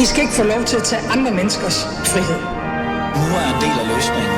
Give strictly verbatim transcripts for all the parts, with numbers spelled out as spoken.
Vi skal ikke få lov til at tage andre menneskers frihed. Nu er en del af løsningen.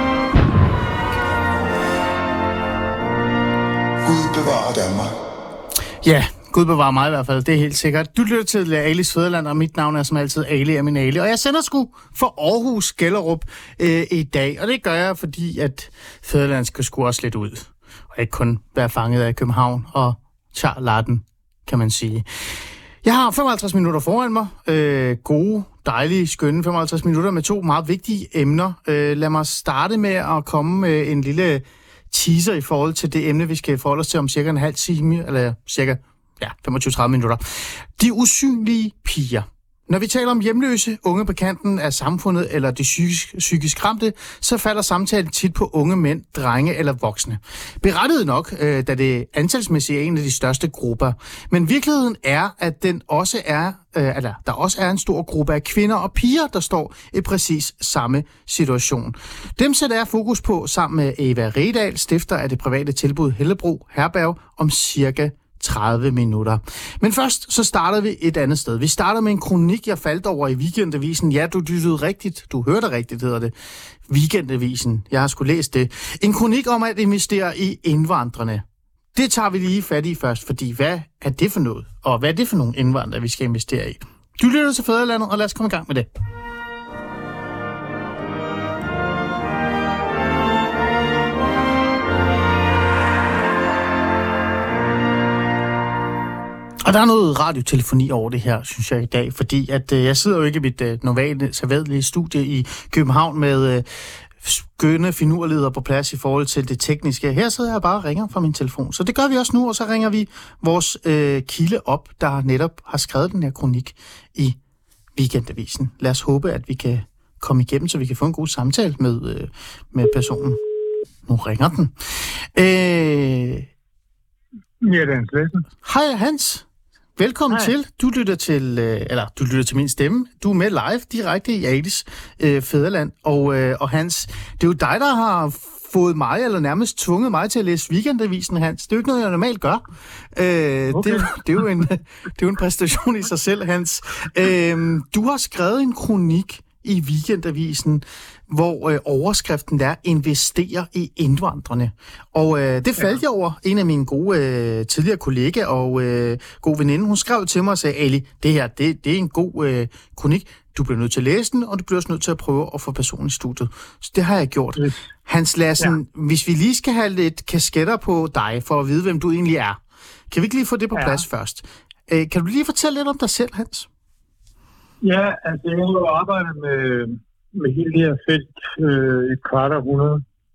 Gud bevarer Danmark. Ja, Gud bevarer mig i hvert fald, det er helt sikkert. Du lytter til Alis Fædreland, og mit navn er som altid Ali Aminali. Og jeg sender sgu for Aarhus Gellerup øh, i dag, og det gør jeg, fordi at Fædreland skal sgu også lidt ud. Og ikke kun være fanget af København og charlaten, kan man sige. Jeg har femoghalvtreds minutter foran mig. Øh, gode, dejlige, skønne femoghalvtreds minutter med to meget vigtige emner. Øh, lad mig starte med at komme med en lille teaser i forhold til det emne, vi skal forholde os til om cirka en halv time, eller cirka ja, femogtyve til tredive minutter. De usynlige piger. Når vi taler om hjemløse, unge på kanten af samfundet eller de psykisk, psykisk ramte, så falder samtalen tit på unge mænd, drenge eller voksne. Berettiget nok, øh, da det antalsmæssigt er en af de største grupper. Men virkeligheden er, at den også er, øh, eller der også er en stor gruppe af kvinder og piger, der står i præcis samme situation. Dem sætter jeg fokus på sammen med Eva Redal, stifter af det private tilbud Hellebro Herberg, om cirka tredive minutter. Men først så starter vi et andet sted. Vi starter med en kronik, jeg faldt over i Weekendavisen. Ja, du lyttede rigtigt. Du hørte rigtigt, hedder det. Weekendavisen. Jeg har sgu læst det. En kronik om at investere i indvandrerne. Det tager vi lige fat i først, fordi hvad er det for noget? Og hvad er det for nogle indvandrere, vi skal investere i? Du lytter til Fædrelandet, og lad os komme i gang med det. Og der er noget radiotelefoni over det her, synes jeg i dag, fordi at øh, jeg sidder jo ikke i mit øh, normale, sædvanlige studie i København med øh, skønne finurleder på plads i forhold til det tekniske. Her sidder jeg bare og ringer fra min telefon. Så det gør vi også nu, og så ringer vi vores øh, kilde op, der netop har skrevet den her kronik i Weekendavisen. Lad os håbe, at vi kan komme igennem, så vi kan få en god samtale med, øh, med personen. Nu ringer den. Øh... Ja, det er Hans Lassen. Hej Hans. Velkommen Hej. til. Du lytter til, øh, eller du lytter til min stemme. Du er med live direkte i Alis øh, Fædreland. Og, øh, og Hans, det er jo dig, der har fået mig, eller nærmest tvunget mig til at læse Weekendavisen, Hans. Det er jo ikke noget, jeg normalt gør. Øh, okay. det, det, er jo en, det er jo en præstation i sig selv, Hans. Øh, du har skrevet en kronik i Weekendavisen, hvor øh, overskriften er investere i indvandrerne. Og øh, det faldt ja. jeg over en af mine gode øh, tidligere kollegaer og øh, gode veninde. Hun skrev til mig og sagde, Ali, det her, det, det er en god øh, kronik. Du bliver nødt til at læse den, og du bliver også nødt til at prøve at få personen i studiet. Så det har jeg gjort. Ja. Hans Lassen, ja. hvis vi lige skal have lidt kasketter på dig, for at vide, hvem du egentlig er. Kan vi ikke lige få det på ja. plads først? Øh, kan du lige fortælle lidt om dig selv, Hans? Ja, altså jeg har jo arbejdet med, med hele det her felt øh, et kvart århundrede.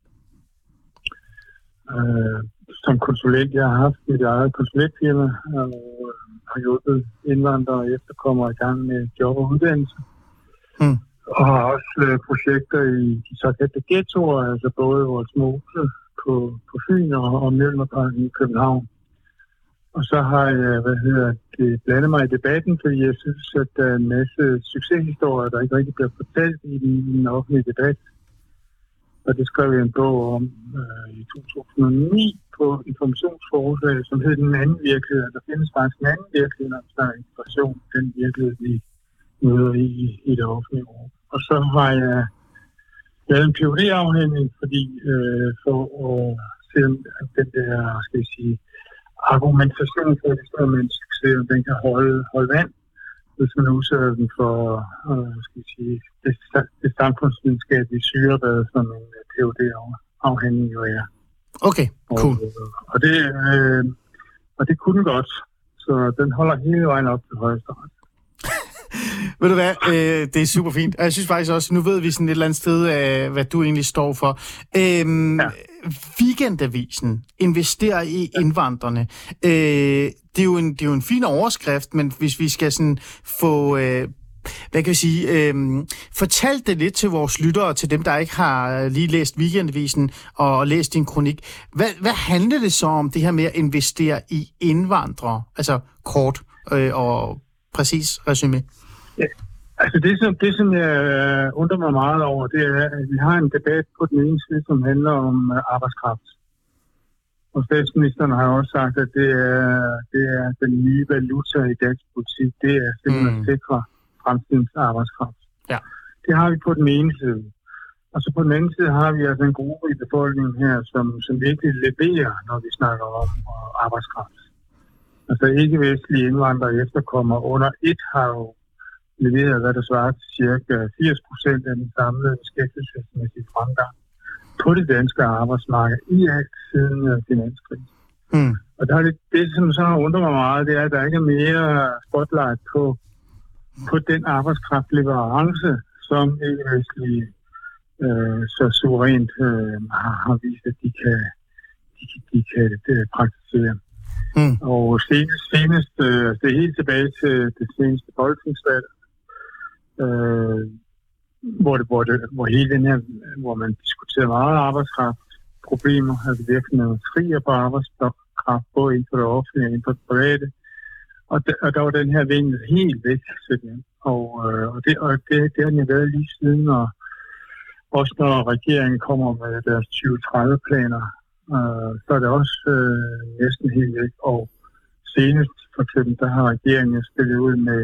Øh, som konsulent, jeg har haft mit eget konsulentfirma og har hjulpet indvandrere og efterkommere i gang med job og uddannelse. Mm. Og har også øh, projekter i de såkaldte ghettoer, altså både vores Mose på, på Fyn og, og Mjølnerparken i København. Og så har jeg, hvad hedder det, blandet mig i debatten, fordi jeg synes, at der er en masse succeshistorier, der ikke rigtig bliver fortalt i den, i den offentlige debat. Og det skrev jeg en bog om øh, i to tusind og ni på informationsforslag, som hed Den anden virkelighed. Der findes faktisk en anden virkelighed, når der er integration, den virkelighed, vi møder i, i det offentlige rum. Og så har jeg lavet en P H D-afhandling, fordi øh, for at se, at den der, skal jeg sige, argumentation for, at det står med en succes, og den kan holde, holde vand, hvis man udsætter den for øh, skal jeg sige, det, det samfundsvidenskabelige syrebad, som en P H D-afhandling jo er. Okay, cool. Og, og, det, øh, og det kunne den godt, så den holder hele vejen op til højesteret. Ved du hvad, øh, det er super fint. Jeg synes faktisk også, nu ved vi sådan et eller andet sted, øh, hvad du egentlig står for. Øhm, ja. Weekendavisen, investerer i indvandrerne. Øh, det, er jo en, det er jo en fin overskrift, men hvis vi skal sådan få, øh, hvad kan vi sige, øh, fortalt det lidt til vores lyttere, til dem, der ikke har lige læst Weekendavisen og læst din kronik. Hvad, hvad handler det så om, det her med at investere i indvandrere? Altså kort øh, og præcis resumé. Ja. Altså det som, det, som jeg undrer mig meget over, det er, at vi har en debat på den ene side, som handler om arbejdskraft. Og statsministeren har også sagt, at det er, det er den nye valuta i dansk politik. Det er simpelthen mm. at sikre fremtidens arbejdskraft. Ja. Det har vi på den ene side. Og så på den anden side har vi altså en gruppe i befolkningen her, som, som virkelig leverer, når vi snakker om arbejdskraft. Altså ikke-vestlige indvandrere efterkommer under et har jo leveret, hvad der svarer til cirka firs procent af den samlede beskæftigelsesmæssige fremgang på det danske arbejdsmarked i alt siden finanskrisen. Mm. Og der er det, det, som så har undret mig meget, det er, at der ikke er mere spotlight på, på den arbejdskraftleverance, som ikke-vestlige øh, så suverænt øh, har, har vist, at de kan, de, de kan det, praktisere. Mm. Og senest, senest øh, det er helt tilbage til det seneste folketingsvalg, øh, hvor, det, hvor, det, hvor hele den her, hvor man diskuterer meget arbejdskraftproblemer, altså virksomheder skriger på arbejdskraft, både inden for det offentlige og inden for det private. Og, de, og der var den her vinkel helt væk, simpelthen. Og, øh, og, det, og det, det har den jo været lige siden, og også når regeringen kommer med deres tyve tredive-planer, øh, så er det også øh, næsten helt væk. Og senest, for eksempel, der har regeringen spillet ud med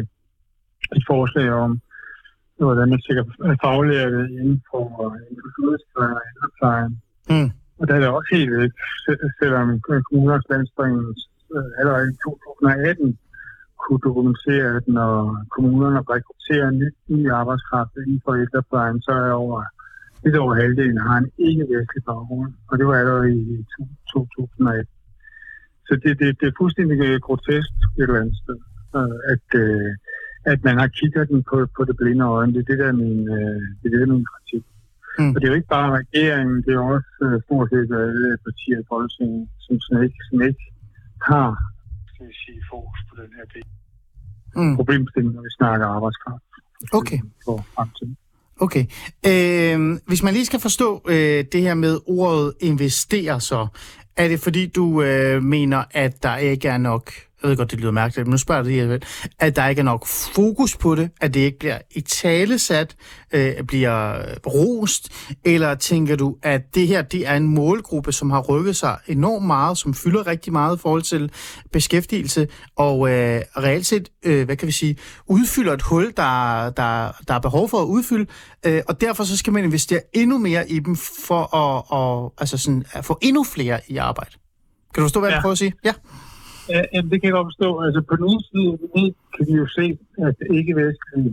et forslag om, hvordan man sikkert faglærte inden for sundhedsplejen og ældreplejen. Mm. Og der er det også helt væk, selvom Kommunernes Landsforening øh, allerede i to tusind og atten kunne dokumentere, at når kommunerne rekrutterer ny, ny arbejdskraft inden for ældreplejen, så er over lidt over halvdelen har en ikke-vestlig baggrund. Og det var allerede i to tusind og atten. Så det, det, det er fuldstændig grotesk et eller andet sted, at, at man har kigget den på, på det blinde øjne. Det er det, der er min, det er det, der er min kritik. Mm. Og det er jo ikke bare regeringen, det er også stort set alle partier i Folketinget, som, som, ikke, som ikke har skal vi sige, fokus på den her del. Mm. Problemstilling, når vi snakker arbejdskraft. Okay. For fremtiden. Okay. Øh, hvis man lige skal forstå øh, det her med ordet investere, så er det fordi, du øh, mener, at der ikke er nok, jeg ved godt, det lyder mærkeligt, men nu spørger jeg dig alligevel, at der ikke er nok fokus på det, at det ikke bliver italesat, øh, bliver rost, eller tænker du, at det her, det er en målgruppe, som har rykket sig enormt meget, som fylder rigtig meget i forhold til beskæftigelse, og øh, reelt set, øh, hvad kan vi sige, udfylder et hul, der, der, der er behov for at udfylde, øh, og derfor så skal man investere endnu mere i dem, for at, og, altså sådan, at få endnu flere i arbejde. Kan du forstå, hvad ja. jeg prøver at sige? Ja. Ja, det kan jeg godt forstå. Altså på den ene side kan vi jo se, at ikke-vestlige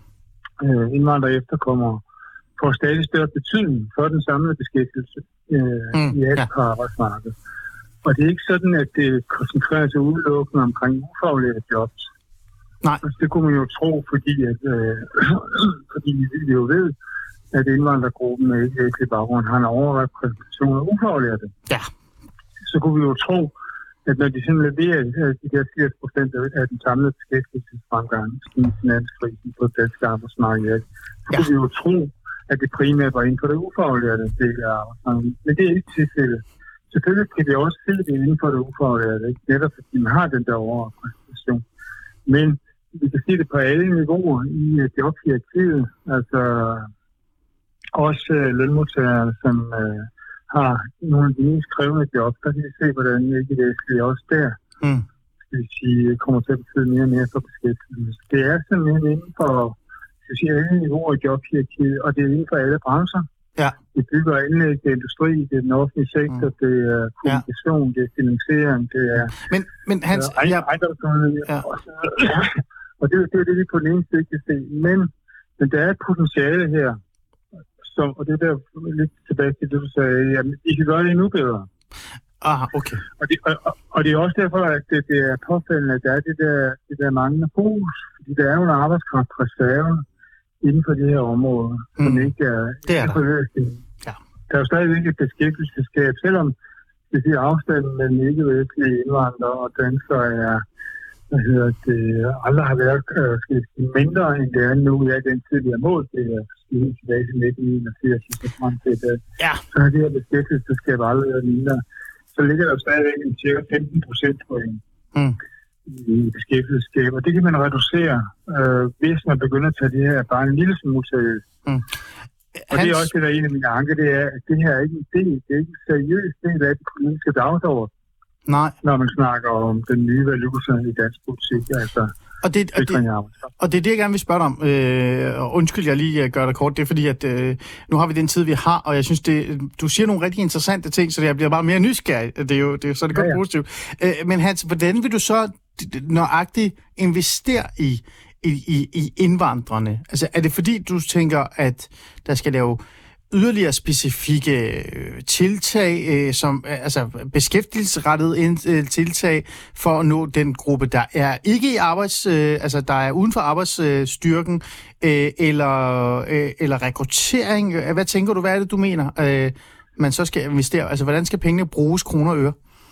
øh, indvandrere efterkommere får stadig større betydning for den samlede beskæftigelse øh, mm, i alt ja. på arbejdsmarkedet. Og det er ikke sådan, at det koncentrerer sig udelukkende omkring ufaglærte jobs. Nej. Altså, det kunne man jo tro, fordi, at, øh, fordi vi jo ved, at indvandrergruppen med ikke-vestlig baggrund har en overrepræsentation af ufaglærte. Ja. Så kunne vi jo tro, at når de simpelthen leverer de der firs procent af den samlede beskæftigelsesfremgang i finanskrisen på det danske arbejdsmarked, så kunne ja. vi jo tro, at det primært var inden for det ufaglærte del af arbejdsmarkedet. Men det er ikke tilfældet. Selvfølgelig kan vi også se det inden for det ufaglærte, ikke? Netop fordi man har den der overrepræsentation. Men vi kan se det på alle niveauer i jobhierarkiet, altså også uh, lønmodtagere, som uh, har nogle af de mest krævende jobs, der kan vi se, hvordan ikke det er også der, mm. skal vi sige, kommer til at betyde mere og mere for beskæftigelse. Det er simpelthen inden for skal vi sige, alle niveauer i jobhierarkiet, og det er inden for alle brancher. Ja. Det bygger og anlæg, det er industri, det er den offentlige sektor, mm. det er kommunikation, ja. det er finansiering, det er men, men Hans, øh, ja. ja. Og det, det er det, vi på den ene side kan se. Men, men der er et potentiale her, som, og det er der lidt tilbage til det, du sagde, at I kan gøre det endnu bedre. Aha, okay. Og det, og, og det er også derfor, at det, det er påfældende, at der er det der, det der manglende fokus, fordi der er jo en arbejdskraftreserve inden for det her område, mm. som ikke er... Det er der. Ja. Der er jo stadigvæk et beskæftigelsesskab, selvom det siger afstanden mellem ikke-vestlige indvandrere og danskere er, hvad hedder det, aldrig har været øh, skal sige, mindre end det er nu. Ja, den tidligere mål, det er stigende tilbage til nitten enogfirs, så frem til det. Ja. Så har det her beskæftigelsesskab aldrig været mindre. Så ligger der stadigvæk en cirka femten procent point mm. i beskæftigelsesskab, og det kan man reducere, øh, hvis man begynder at tage det her bare en lille smule seriøst. Mm. Og Hans... det er også det, der er en af mine anker, det er, at det her er ikke en del, det er ikke en seriøs del af den politiske dagsorden. Nej. Når man snakker om den nye valuta i dansk politik. Altså, Og det, og, det, og det er det, jeg gerne vil spørge dig om. Øh, og undskyld, jeg lige gør det kort. Det er fordi, at øh, nu har vi den tid, vi har, og jeg synes, det, du siger nogle rigtig interessante ting, så jeg bliver bare mere nysgerrig. Det er jo, det er, så er det godt ja, ja. positivt. Øh, men Hans, hvordan vil du så nøjagtigt investere i, i, i, i indvandrerne? Altså, er det fordi, du tænker, at der skal lave yderligere specifikke tiltag, øh, som altså beskæftigelsesrettede øh, tiltag for at nå den gruppe, der er ikke i arbejds, øh, altså der er uden for arbejdsstyrken, øh, eller øh, eller rekruttering. Hvad tænker du, hvad er det, du mener, øh, man så skal investere? Altså, hvordan skal pengene bruges, kroner og øre?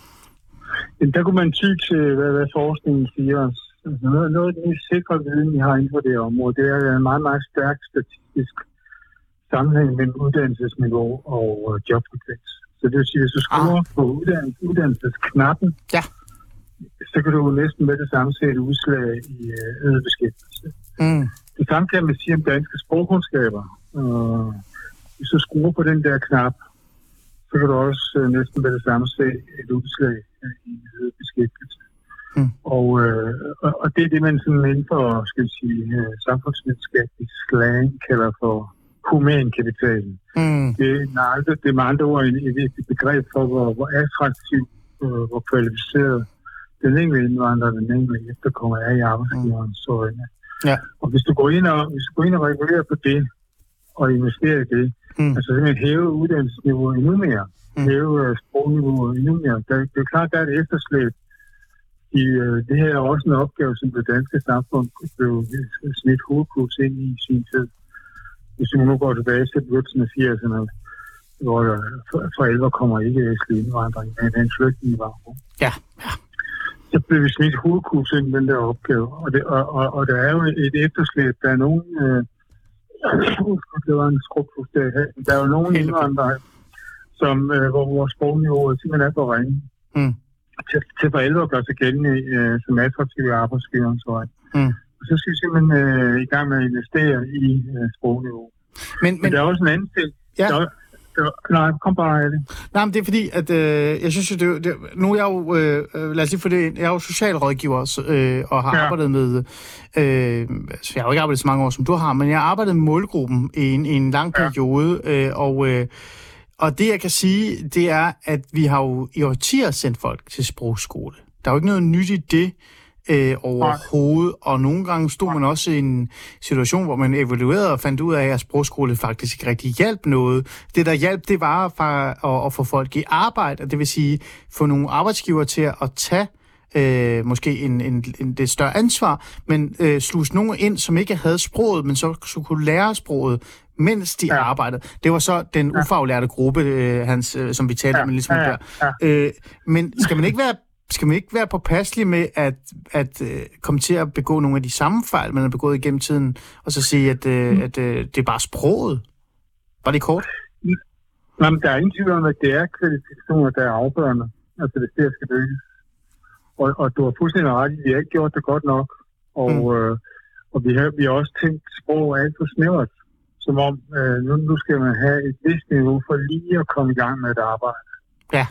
Der kunne man tykke til, hvad, hvad forskningen siger os. Noget, noget af den sikre viden, vi har inden for det område, det er en meget, meget stærk statistisk sammenhæng mellem uddannelsesniveau og uh, jobfrekvens. Så det vil sige, at hvis du skruer ah. på uddannelse, uddannelsesknappen, ja. så kan du næsten med det samme se et udslag i uh, øget beskæftigelse. Mm. Det samme kan man sige om danske sprogkundskaber. Uh, hvis du skruer på den der knap, så kan du også uh, næsten med det samme se et udslag uh, i øget beskæftigelse. Mm. Og, uh, og det er det, man sådan inden for, skal vi sige, uh, samfundsvidenskabelig slang kalder for humankapitalen. Mm. Det, det er med andre ord et, et begreb for, hvor, hvor attraktiv, uh, hvor kvalificeret den enkelte indvandrer, den enkelte efterkommer er i arbejdsgiverens mm. øjne. Ja. Og hvis du går ind og, hvis du går ind og regulerer på det, og investerer i det, mm. altså simpelthen hæve uddannelsesniveauet endnu mere, mm. hæve uh, sprogniveauet endnu mere, der, det er klart, der er et efterslæb. I, uh, det her er også en opgave, som det danske samfund blev smidt hovedkurs ind i sin tid. Hvis vi nu går tilbage til begyndelsen af firserne, hvor der for alvor kommer ikke-vestlig indvandring, men en flygtning var. Ja, ja. Så blev vi smidt hovedkurs ind i den der opgave. Og, det, og, og, og der er jo et efterslæb. Der er nogen... Øh, det var en skrubfus der. Der er jo nogen indvandrere, som, øh, hvor vores sprogniveau simpelthen er for ringe. Mm. Til, til for alvor gør sig gældende øh, som attraktive arbejdsgiverens øjne. Mm. Så skal vi simpelthen øh, i gang med at investere i øh, sprogniveau. Men, men, men der er også en anden ting. Ja. Der, der, nej, kom bare af det. Nej, men det er fordi, at øh, jeg synes jo, det, det, nu er jeg jo, øh, lad os lige få det ind, jeg er jo socialrådgiver øh, og har ja. arbejdet med, øh, altså jeg har jo ikke arbejdet så mange år, som du har, men jeg har arbejdet med målgruppen i en, i en lang periode, øh, og, øh, og det jeg kan sige, det er, at vi har jo i årtier sendt folk til sprogskole. Der er jo ikke noget nyt i det, Øh, overhovedet, og nogle gange stod man også i en situation, hvor man evaluerede og fandt ud af, at sprogskole faktisk ikke rigtig hjalp noget. Det, der hjalp, det var for at, at få folk i arbejde, og det vil sige, få nogle arbejdsgiver til at tage øh, måske en, en, en, det større ansvar, men øh, sluse nogen ind, som ikke havde sproget, men så, så kunne lære sproget, mens de ja. arbejdede. Det var så den ja. ufaglærte gruppe, øh, hans, øh, som vi talte om ja. ligesom ja. der. Ja. Øh, men skal man ikke være Skal man ikke være påpasselig med at, at uh, komme til at begå nogle af de samme fejl, man har begået igennem tiden, og så sige, at, uh, mm. at uh, det er bare sproget? Var det kort? Nej, men der er ingen tvivl om, at det er kvalifikationer, der er afgørende. Altså, det der skal lykkes. Og, og du har fuldstændig ret i, vi har ikke gjort det godt nok. Og, mm. øh, og vi, har, vi har også tænkt sprog alt for snævert. Som om, øh, nu, nu skal man have et vist niveau for lige at komme i gang med et arbejde. Ja.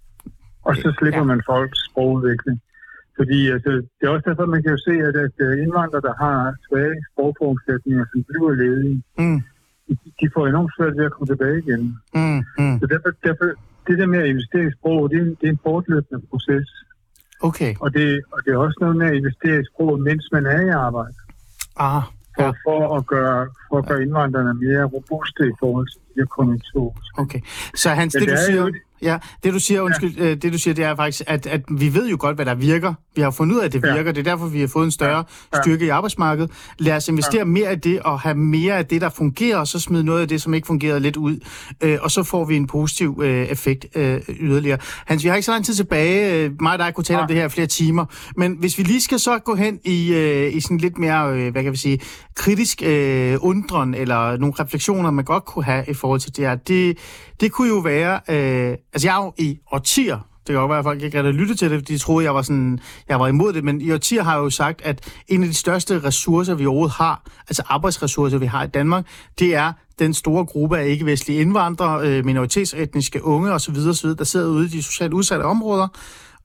Og så slipper ja. man folks sprogudvikling. Fordi altså, det er også derfor, man kan jo se, at, at indvandrere, der har svage sprogforudsætninger, som bliver ledige, mm. de, de får enormt svært ved at komme tilbage igen. Mm. Mm. Så derfor, derfor, det der med at investere i sprog, det er, det er en fortløbende proces. Okay. Og det, og det er også noget med at investere i sprog, mens man er i arbejde. Ah. For, for, at gøre, for at gøre indvandrerne mere robuste i forhold til de her konjunkturer. Okay. Så Hans, det, det du siger... Jo... Ja, det du siger, undskyld, ja. det du siger, det er faktisk, at, at vi ved jo godt, hvad der virker. Vi har fundet ud af, at det virker. Ja. Det er derfor, vi har fået en større ja. styrke i arbejdsmarkedet. Lad os investere ja. mere i det, og have mere af det, der fungerer, og så smide noget af det, som ikke fungerede lidt ud. Øh, og så får vi en positiv øh, effekt øh, yderligere. Hans, vi har ikke så lang tid tilbage. Mig og dig kunne tale ja. om det her i flere timer. Men hvis vi lige skal så gå hen i, øh, i sådan lidt mere, øh, hvad kan vi sige, kritisk øh, undren, eller nogle refleksioner, man godt kunne have i forhold til det her, det, det kunne jo være... Øh, Altså, jeg er jo i årtier, det kan jo være, at folk ikke rigtig lytte til det, fordi de troede, jeg var, sådan, jeg var imod det, men i årtier har jeg jo sagt, at en af de største ressourcer, vi overhovedet har, altså arbejdsressourcer, vi har i Danmark, det er den store gruppe af ikke-vestlige indvandrere, minoritetsetniske unge osv., osv., der sidder ude i de socialt udsatte områder,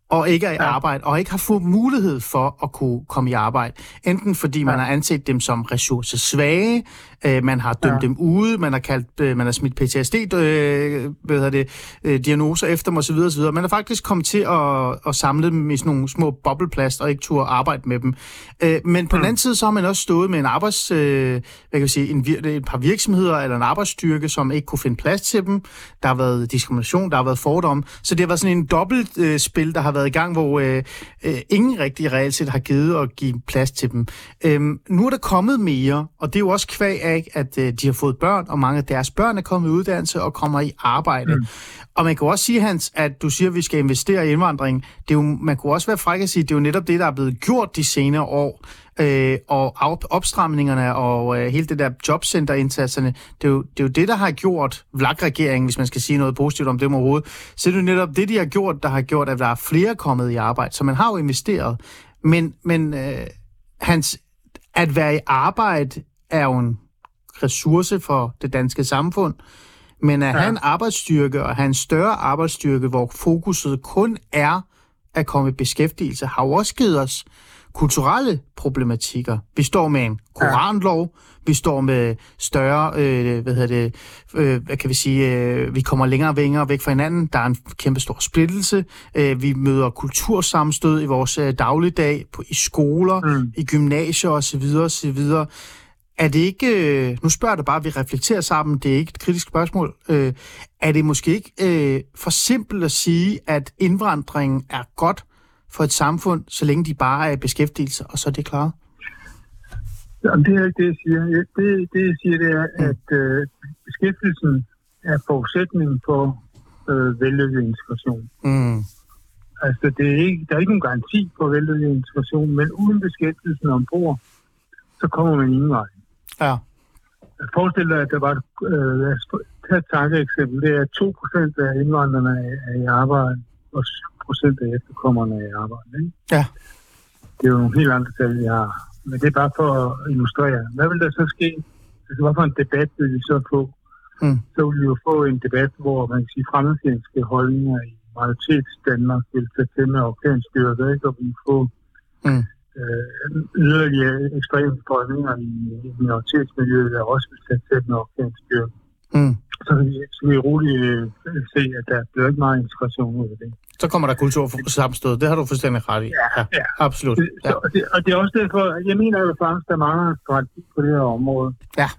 og ikke er i arbejde, og ikke har fået mulighed for at kunne komme i arbejde. Enten fordi man ja. har anset dem som ressourcesvage, øh, man har dømt ja. dem ude, man har kaldt, øh, man har smidt P T S D øh, hvad hedder det, øh, diagnoser efter dem osv. osv. Man er faktisk kommet til at, at samle dem i sådan nogle små bobleplast og ikke turde arbejde med dem. Øh, men på mm. den anden side så har man også stået med en arbejds, øh, hvad kan jeg sige, en, et par virksomheder eller en arbejdsstyrke, som ikke kunne finde plads til dem. Der har været diskrimination, der har været fordomme. Så det har været sådan en dobbelt øh, spil, der har været i gang, hvor øh, øh, ingen rigtig reelt set har givet at give plads til dem. Øhm, nu er der kommet mere, og det er jo også kvæg af, at øh, de har fået børn, og mange af deres børn er kommet i uddannelse og kommer i arbejde. Mm. Og man kan også sige, Hans, at du siger, at vi skal investere i indvandring. Det er jo, man kunne også være fræk at sige, at det er jo netop det, der er blevet gjort de senere år. Øh, og op, opstramningerne og øh, hele det der jobcenterindsatserne, det er, jo, det er jo det, der har gjort V L A K-regeringen, hvis man skal sige noget positivt om det overhovedet. Så det er jo netop det, de har gjort, der har gjort, at der er flere kommet i arbejde. Så man har jo investeret. Men, men øh, Hans, at være i arbejde er jo en ressource for det danske samfund. Men at ja. have en arbejdsstyrke og have en større arbejdsstyrke, hvor fokuset kun er at komme i beskæftigelse, har jo også givet os kulturelle problematikker. Vi står med en koranlov, vi står med større, øh, hvad hedder det, øh, hvad kan vi sige, øh, vi kommer længere og længere væk fra hinanden, der er en kæmpe stor splittelse, øh, vi møder kultursammenstød i vores øh, dagligdag, på, i skoler, mm. i gymnasier osv. osv. Er det ikke, øh, nu spørger jeg dig bare, vi reflekterer sammen, det er ikke et kritisk spørgsmål, øh, er det måske ikke øh, for simpelt at sige, at indvandringen er godt for et samfund, så længe de bare er i beskæftigelse, og så er det klaret? Jamen, det er ikke det, jeg siger. Det, det jeg siger, det er, mm. at øh, beskæftigelsen er forudsætningen for øh, vellykket integration. Mm. Altså, det er ikke, der er ikke nogen garanti for vellykket integration, men uden beskæftigelsen ombord, så kommer man ingen vej. Ja. Forestil dig, at der var øh, et tankeeksempel. Det er to procent af indvandrerne er i arbejde, og syv procent af efterkommerne er i arbejde. Ikke? Ja. Det er jo nogle helt andre tal, vi har. Men det er bare for at illustrere. Hvad vil der så ske? Altså, hvorfor en debat vil vi så få? Mm. Så vil vi jo få en debat, hvor man kan sige, fremmedfjendske holdninger i majoritets Danmark vil tage til med orkanstyrker, ikke? Og vi får mm. øh, yderligere ekstreme holdninger i, i minoritetsmiljøet, der også vil tage til med orkanstyrker. Mm. Så kan vi, så vi roligt øh, se, at der bliver ikke meget integration ud af det. Så kommer der kultursammenstød. Det har du fuldstændig ret i. Ja, ja. ja absolut. Det, så, ja. Og, det, og det er også derfor, jeg mener jo faktisk, der mangler en strategi på det her område. Ja.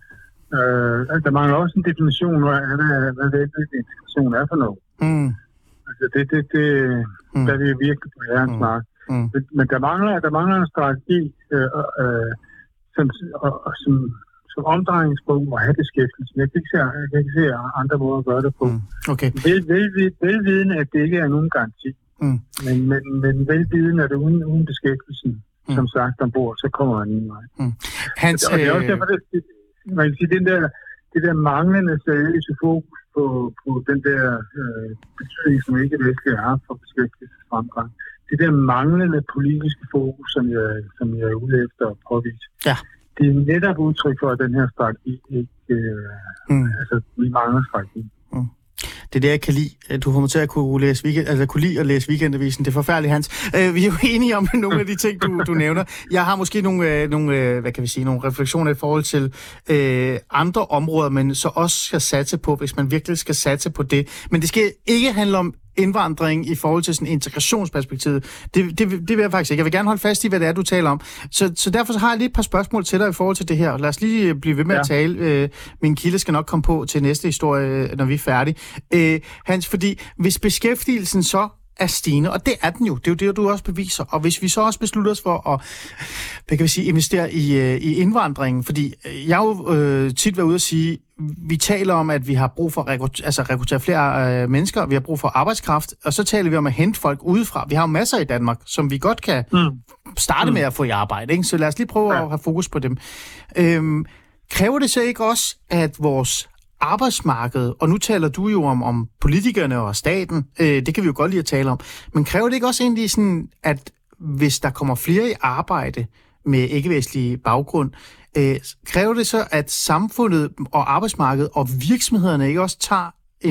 Øh, der mangler også en definition af, hvad, hvad vellykket integration er for noget. Mm. Altså det, det, det mm. der er det virkelig på herrens mm. mark. Mm. Men, men der mangler, der mangler en strategi, øh, øh, som, og, og, som som omdrejningspunkt må have beskæftigelse. Jeg kan ikke se, jeg kan ikke se andre måder at gøre det på. Mm. Okay. Vel, vel, velviden, at det ikke er nogen garanti. Mm. Men, men, men velviden, at det uden, uden beskæftigelsen, mm. som sagt, ombord, så kommer man ingen vej. Mm. Hans, og det er også derfor, det, man kan sige, den der, det der manglende seriøse fokus på, på den der øh, betydning, som ikke er vestlig har for beskæftigelsesfremgang. Det der manglende politiske fokus, som jeg, som jeg er ude efter at påvise. Ja. Det er netop udtryk for, at den her strategi ikke... Øh, mm. Altså, vi mangler strategi. Mm. Det er det, jeg kan lide. Du får mig til at kunne, læse weekend, altså, kunne lide at læse Weekendavisen. Det er forfærdeligt, Hans. Øh, vi er jo enige om nogle af de ting, du, du nævner. Jeg har måske nogle, øh, nogle, øh, hvad kan vi sige, nogle refleksioner i forhold til øh, andre områder, men så også skal satse på, hvis man virkelig skal satse på det. Men det skal ikke handle om indvandring i forhold til sådan integrationsperspektiv. Det, det, det vil jeg faktisk ikke. Jeg vil gerne holde fast i, hvad det er, du taler om. Så, så derfor har jeg lige et par spørgsmål til dig i forhold til det her. Lad os lige blive ved med ja. at tale. Øh, min kilde skal nok komme på til næste historie, når vi er færdige. Øh, Hans, fordi hvis beskæftigelsen så er stigende, og det er den jo, det er jo det, du også beviser, og hvis vi så også beslutter os for at, hvad kan vi sige, investere i, i indvandringen, fordi jeg har jo øh, tit været ude at sige, vi taler om, at vi har brug for at rekrut- altså, rekruttere flere øh, mennesker, vi har brug for arbejdskraft, og så taler vi om at hente folk udefra. Vi har jo masser i Danmark, som vi godt kan mm. starte mm. med at få i arbejde, ikke? Så lad os lige prøve ja. at have fokus på dem. Øhm, kræver det så ikke også, at vores arbejdsmarked, og nu taler du jo om, om politikerne og staten, øh, det kan vi jo godt lide at tale om, men kræver det ikke også egentlig sådan, at hvis der kommer flere i arbejde med ikke-vestlig baggrund, øh, kræver det så, at samfundet og arbejdsmarkedet og virksomhederne ikke også tager en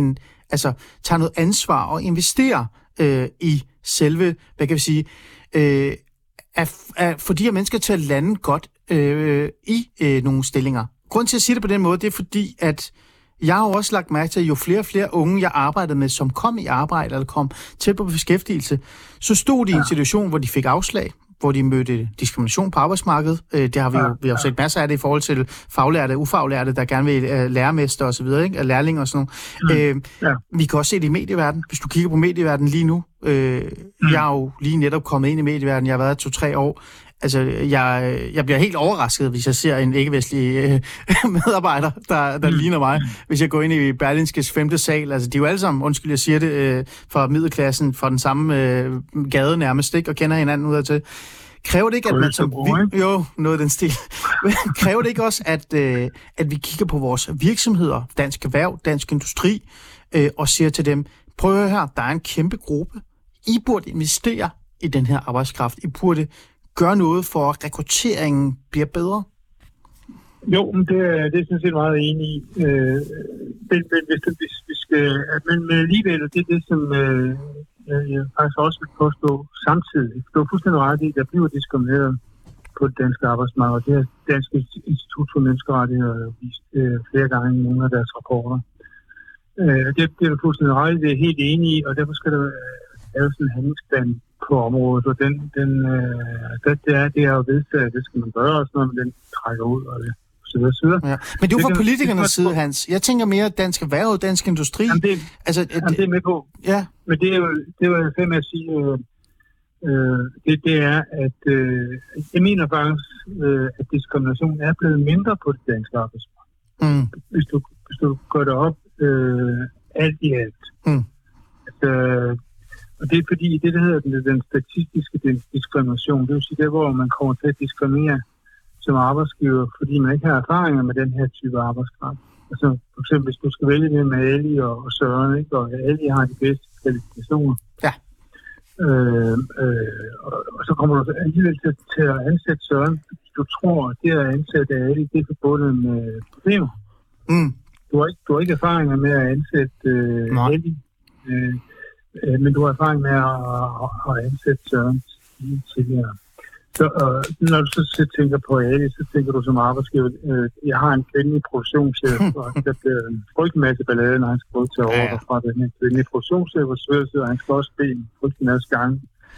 altså tager noget ansvar og investerer øh, i selve, hvad kan vi sige, øh, at, at få de her mennesker til at lande godt øh, i øh, nogle stillinger. Grunden til at sige det på den måde, det er fordi, at jeg har også lagt mærke til, at jo flere og flere unge, jeg arbejdede med, som kom i arbejde eller kom til på beskæftigelse, så stod de i en situation, hvor de fik afslag, hvor de mødte diskrimination på arbejdsmarkedet. Det har vi jo, vi har set masser af det i forhold til faglærte og ufaglærte, der gerne vil uh, lærermester og så videre, ikke? Lærlinge og sådan noget. Mm. Uh, ja. Vi kan også se det i medieverdenen. Hvis du kigger på medieverdenen lige nu, uh, mm. jeg er jo lige netop kommet ind i medieverdenen, jeg har været to-tre år. Altså, jeg, jeg bliver helt overrasket, hvis jeg ser en ikke-vestlig øh, medarbejder, der, der mm. ligner mig. Hvis jeg går ind i Berlingskes femte sal, altså de er jo alle sammen, undskyld, jeg siger det, øh, fra middelklassen, fra den samme øh, gade nærmest, ikke, og kender hinanden udadtil. Kræver det ikke, at man som... Vi, jo, noget af den stil. Kræver det ikke også, at, øh, at vi kigger på vores virksomheder, Dansk Erhverv, Dansk Industri, øh, og siger til dem, prøv at høre her, der er en kæmpe gruppe. I burde investere i den her arbejdskraft. I burde gøre noget for, at rekrutteringen bliver bedre? Jo, men det, det er sådan set meget enig i. Øh, men, men hvis, hvis vi skal... Men, men alligevel, det er det, som øh, jeg faktisk også vil påstå samtidig. Du er fuldstændig ret i, at der bliver diskrimineret på det danske arbejdsmarked. Det har Dansk Institut for Menneskerettigheder vist øh, flere gange i nogle af deres rapporter. Øh, det, det er du fuldstændig ret i, det er helt enig i, og derfor skal der være sådan en handlingsplan på området, og den, den, øh, det, det, er, det er jo vedtaget, det skal man gøre, og sådan noget, men den trækker ud, og det, så videre, så videre. Ja. Men det er jo fra politikernes side, Hans. Jeg tænker mere Dansk Erhverv, Dansk Industri. Jamen det, altså, jamen det er med på. Ja. Men det er jo, det er jo fem at sige, øh, øh, det, det er, at øh, jeg mener faktisk, øh, at diskrimination er blevet mindre på det danske arbejdsmarked. Mm. Hvis, du, hvis du går det op øh, alt i alt. Mm. Altså, og det er fordi, det der hedder den, den statistiske diskrimination, det vil sige det, hvor man kommer til at diskriminere som arbejdsgiver, fordi man ikke har erfaringer med den her type arbejdskraft. Altså for eksempel, hvis du skal vælge mellem Ali og, og Søren, ikke? Og Ali har de bedste kvalifikationer. Ja. Øh, øh, og, og så kommer du alligevel til, til at ansætte Søren, hvis du tror, at det at ansætte Ali, det er forbundet med problemer. Mm. Du, har ikke, du har ikke erfaringer med at ansætte øh, Ali. Øh, Men du har erfaring med at, at, at ansætte Søren tidligere. Så, øh, når du så tænker på Ali, så tænker du som arbejdsgiver, øh, jeg har en kvindelig produktionschef, og der bliver en frygtelig masse ballade, når han skal gå til at ordre fra den her kvindelige produktionschef, og så han skal også bede en frygtelig masse gange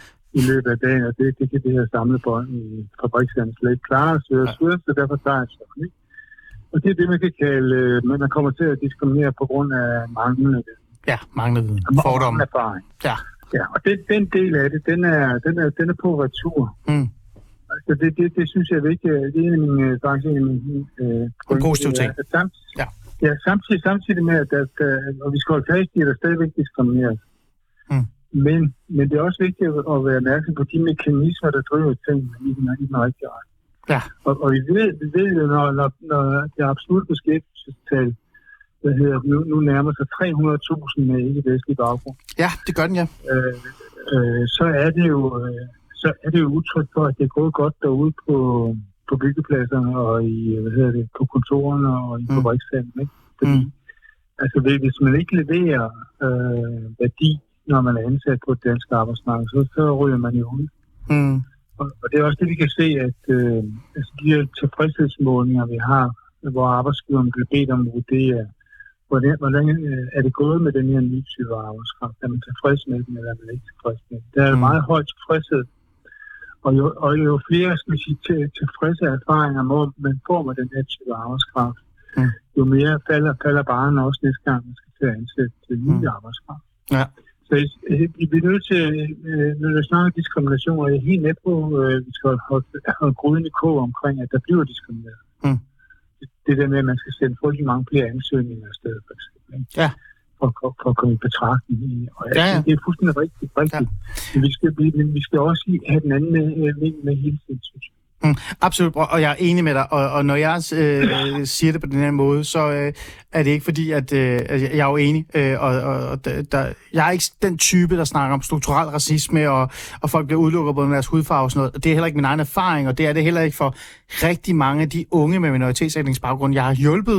i løbet af dagen, og det, det kan det her samlebånd i fabrikshandel slet ikke klare, så, så, så derfor tager jeg så ikke. Og det er det, man kan kalde, øh, man kommer til at diskriminere på grund af manglende. Ja, manglende viden. Fordomme. Erfaring. Ja. Ja, og det, den del af det, den er, den er, den er på retur. Mm. Altså, det, det, det synes jeg er vigtigt. Det er en af mine, faktisk en af mine øh, en positiv ting. Samtidig, ja. Ja, samtidig, samtidig med, at der, der, og vi skal holde fast i, at der stadigvæk diskrimineres. Mm. Men, men det er også vigtigt at være opmærksom på de mekanismer, der driver ting i den, i den rigtige ret. Ja. Og, og vi ved, vi ved jo, når, når, når det absolut beskæftigelsestal, der hedder, nu, nu nærmer sig tre hundrede tusind med ikke-vestlig baggrund. Ja, det gør den, ja. Øh, øh, så er det jo øh, så er det jo udtryk for, at det er gået godt derude på, på byggepladserne og i, hvad hedder det, på kontorerne og i mm. fabrikshallen, ikke? Fordi, mm. altså hvis man ikke leverer øh, værdi, når man er ansat på et dansk arbejdsmarked, så, så ryger man jo ud. Mm. Og, og det er også det, vi kan se, at øh, altså de her tilfredshedsmålinger, vi har, hvor arbejdsgiveren bliver bedt om at vurdere, hvordan, hvordan øh, er det gået med den her nye type arbejdskraft? Er man tilfreds med den, eller er man ikke tilfreds med den? Der er mm. meget høj tilfredshed. Og jo, og jo flere skal sige, til, tilfredse erfaringer, hvor man får med den her type arbejdskraft, mm. jo mere falder, falder baren også næste gang, man skal til at ansætte til ny mm. arbejdskraft. Ja. Så vi bliver nødt til, når vi snakker diskrimination, og jeg er helt med på, at vi skal holde, holde gruden i kog omkring, at der bliver diskrimineret. Mm. Det der med, at man skal sende frygtelig mange flere ansøgninger i stedet, for eksempel. Ja. For, for, for at komme i betragtning. Og ja, ja. Det er fuldstændig rigtigt. rigtigt. Ja. Men vi skal, vi, vi skal også have den anden med, med, med hele tiden, synes jeg. Mm, absolut, og jeg er enig med dig, og, og når jeg øh, siger det på den her måde, så øh, er det ikke fordi, at øh, jeg er jo enig, øh, og, og der, jeg er ikke den type, der snakker om strukturel racisme, og, og folk bliver udelukket på deres hudfarve og sådan noget. Det er heller ikke min egen erfaring, og det er det heller ikke for rigtig mange af de unge med minoritetsetningsbaggrund, jeg har hjulpet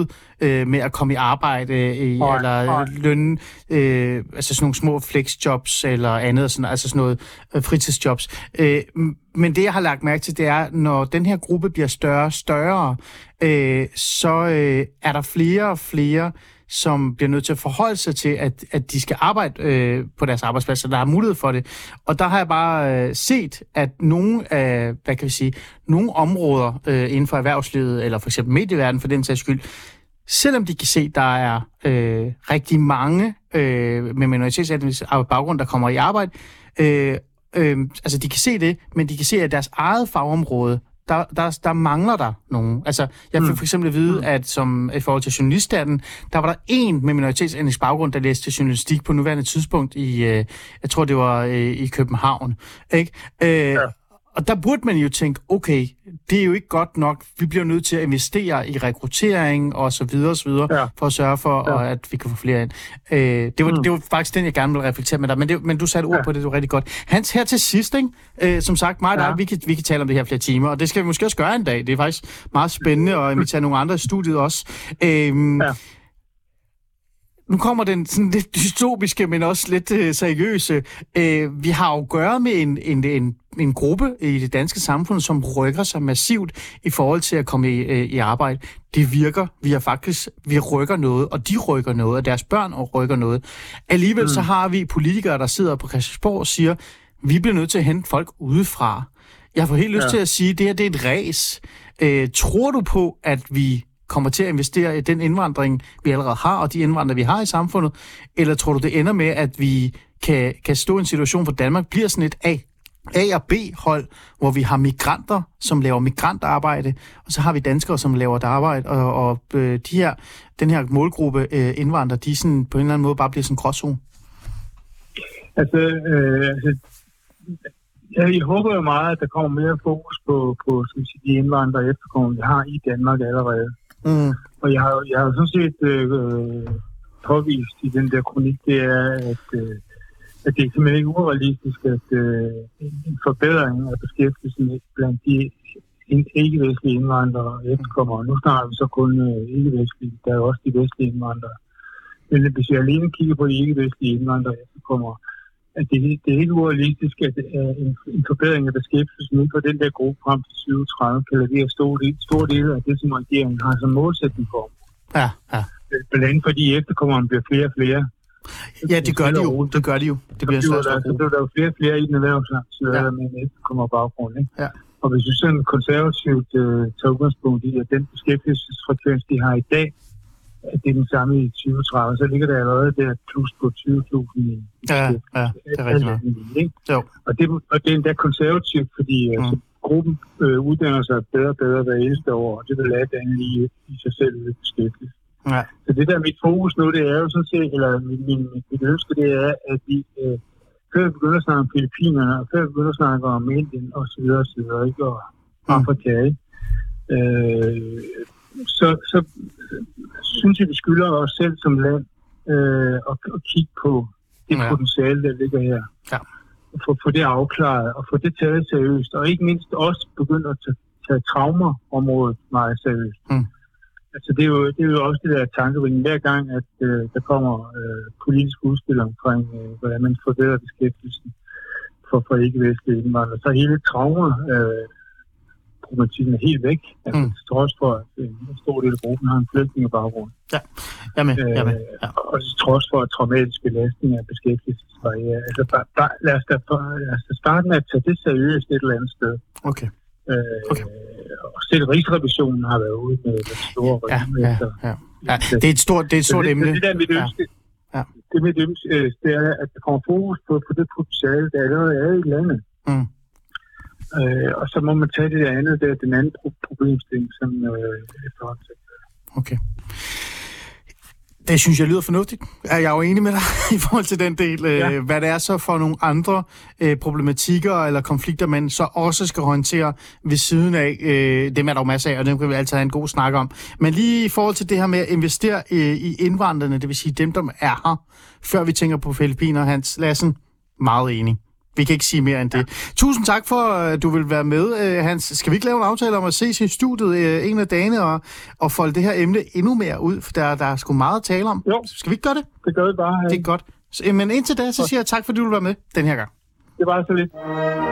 øh, med at komme i arbejde, i, nej, eller nej. løn, øh, altså sådan nogle små flexjobs eller andet, sådan, altså sådan noget øh, fritidsjobs. Øh, men det, jeg har lagt mærke til, det er, når den her gruppe bliver større og større, øh, så øh, er der flere og flere, som bliver nødt til at forholde sig til, at, at de skal arbejde øh, på deres arbejdspladser, der har mulighed for det. Og der har jeg bare øh, set, at nogle af, hvad kan vi sige, nogle områder øh, inden for erhvervslivet, eller for eksempel medieverdenen for den sags skyld, selvom de kan se, at der er øh, rigtig mange øh, med minoritetsetnisk baggrund, der kommer i arbejde, øh, øh, altså de kan se det, men de kan se, at deres eget fagområde, Der, der, der mangler der nogen. Altså, jeg fik for eksempel at vide, at som i forhold til journaliststanden, der var der en med minoritetsetnisk baggrund, der læste journalistik på nuværende tidspunkt i, øh, jeg tror det var øh, i København. Ikke? Øh, ja. Og der burde man jo tænke, okay, det er jo ikke godt nok. Vi bliver nødt til at investere i rekruttering og så videre og så videre, ja. for at sørge for, ja. at vi kan få flere ind. Øh, det, var, mm. det var faktisk den, jeg gerne ville reflektere med dig, men, det, men du satte ord ja. på det, det var rigtig godt. Hans, her til sidst, ikke? Øh, som sagt, mig og dig, ja. vi, kan, vi kan tale om det her flere timer, og det skal vi måske også gøre en dag. Det er faktisk meget spændende, og invitere nogle andre i studiet også. Øh, ja. Nu kommer den sådan lidt dystopiske, men også lidt øh, seriøse. Øh, vi har jo at gøre med en, en, en, en gruppe i det danske samfund, som rykker sig massivt i forhold til at komme i, øh, i arbejde. Det virker. Vi har faktisk, vi rykker noget, og de rykker noget, og deres børn rykker noget. Alligevel mm. så har vi politikere, der sidder på Christiansborg og siger, vi bliver nødt til at hente folk udefra. Jeg får helt lyst ja. til at sige, at det her det er et ræs. Øh, tror du på, at vi kommer til at investere i den indvandring, vi allerede har, og de indvandrere, vi har i samfundet? Eller tror du, det ender med, at vi kan, kan stå i en situation, hvor Danmark bliver sådan et A, A- og B-hold, hvor vi har migranter, som laver migrantarbejde, og så har vi danskere, som laver et arbejde, og, og øh, de her, den her målgruppe øh, indvandrere, de sådan, på en eller anden måde bare bliver sådan en gråzone? Altså, øh, altså jeg, jeg håber jo meget, at der kommer mere fokus på, på skal vi sige, de indvandrere og efterkommere, vi har i Danmark allerede. Mm. Og jeg har, jeg har sådan set øh, påvist i den der kronik, det er, at, øh, at det er simpelthen ikke urealistisk, at øh, en forbedring af beskæftigelsen blandt de ikke-vestlige indvandrere og efterkommere. Nu snakker vi så kun øh, ikke-vestlige, der er jo også de vestlige indvandrere. Men hvis vi alene kigger på de ikke-vestlige indvandrere og efterkommere, at det, det er ikke urealistisk, at uh, en, en forbedring af beskæftigelsen inden for den der gruppe frem til tyve tredive kan levere store stor dele af det, som regeringen har som målsætning for. Ja, ja. Blandt andet fordi efterkommerne bliver flere og flere. Ja, det gør de jo. Det gør de jo. Det bliver så, der, så bliver der jo flere og flere i den erhvervsaktive, ja. med en efterkommer baggrund. Ikke? Ja. Og hvis vi sådan konservativt uh, tager udgangspunkt i, at den beskæftigelsesfrekvens, de har i dag, at det er den samme i tyve tredive, så ligger der allerede der plus på tyve tusind i ja, ja, det er rigtigt. Og det, og det er endda konservativt, fordi mm. altså, gruppen øh, uddanner sig bedre og bedre hver eneste år, og det vil lade den lige i sig selv ved beskæftigelse. Ja. Så det der mit fokus nu, det er jo sådan set, eller min, min, mit ønske, det er, at vi øh, før vi begynder at snakke om Filippinerne, og før vi begynder at snakke om Indien, og så videre, og så videre, ikke? Og Afrika, ikke? Øh, så, så synes jeg, vi skylder os selv som land øh, at, at kigge på det ja. potentiale, der ligger her. Ja. Og få, få det afklaret, og få det taget seriøst. Og ikke mindst også begynde at tage, tage traumaområdet meget seriøst. Mm. Altså det er, jo, det er jo også det der tankevækkende hver gang, at øh, der kommer øh, politiske udspil omkring, øh, hvordan man forbedrer beskæftigelsen for, for ikke-vestlige indvandrere. Så hele trauma øh, problematikken er helt væk. Altså mm. til trods for, at en stor del af gruppen har en flygtningebaggrund. Ja, jamen, øh, jamen, ja. Og til trods for traumatisk belastning af beskæftigelsesbarriere. Altså der, der, lad, os da, lad os da starte med at tage det seriøst et eller andet sted. Okay. Øh, okay. Og selv Rigsrevisionen har været ude med det store ja, ja, ja, ja. Det er et stort, det er et stort emne. Det, det der mit ønske, ja. Ja. det mit ønske, det er, at der kommer fokus på, på det potentiale, der allerede er i landet. Mm. Øh, og så må man tage det andet, der den anden problemstilling, som øh, efterhånden. Okay. Det synes jeg lyder fornuftigt. Er jeg jo enig med dig i forhold til den del. Ja. Hvad det er så for nogle andre øh, problematikker eller konflikter, man så også skal håndtere ved siden af. Øh, dem er der jo masser af, og dem kan vi altid have en god snak om. Men lige i forhold til det her med at investere øh, i indvandrerne, det vil sige dem, der er her, før vi tænker på Filippiner, Hans Lassen, meget enig. Vi kan ikke sige mere end det. Ja. Tusind tak for, at du vil være med, Hans. Skal vi ikke lave en aftale om at ses i studiet en af dagene og, og folde det her emne endnu mere ud? For der, der er sgu meget at tale om. Jo. Skal vi ikke gøre det? Det gør vi bare. Det er godt. Men indtil da, så siger jeg tak, fordi du vil være med den her gang. Det var så lidt.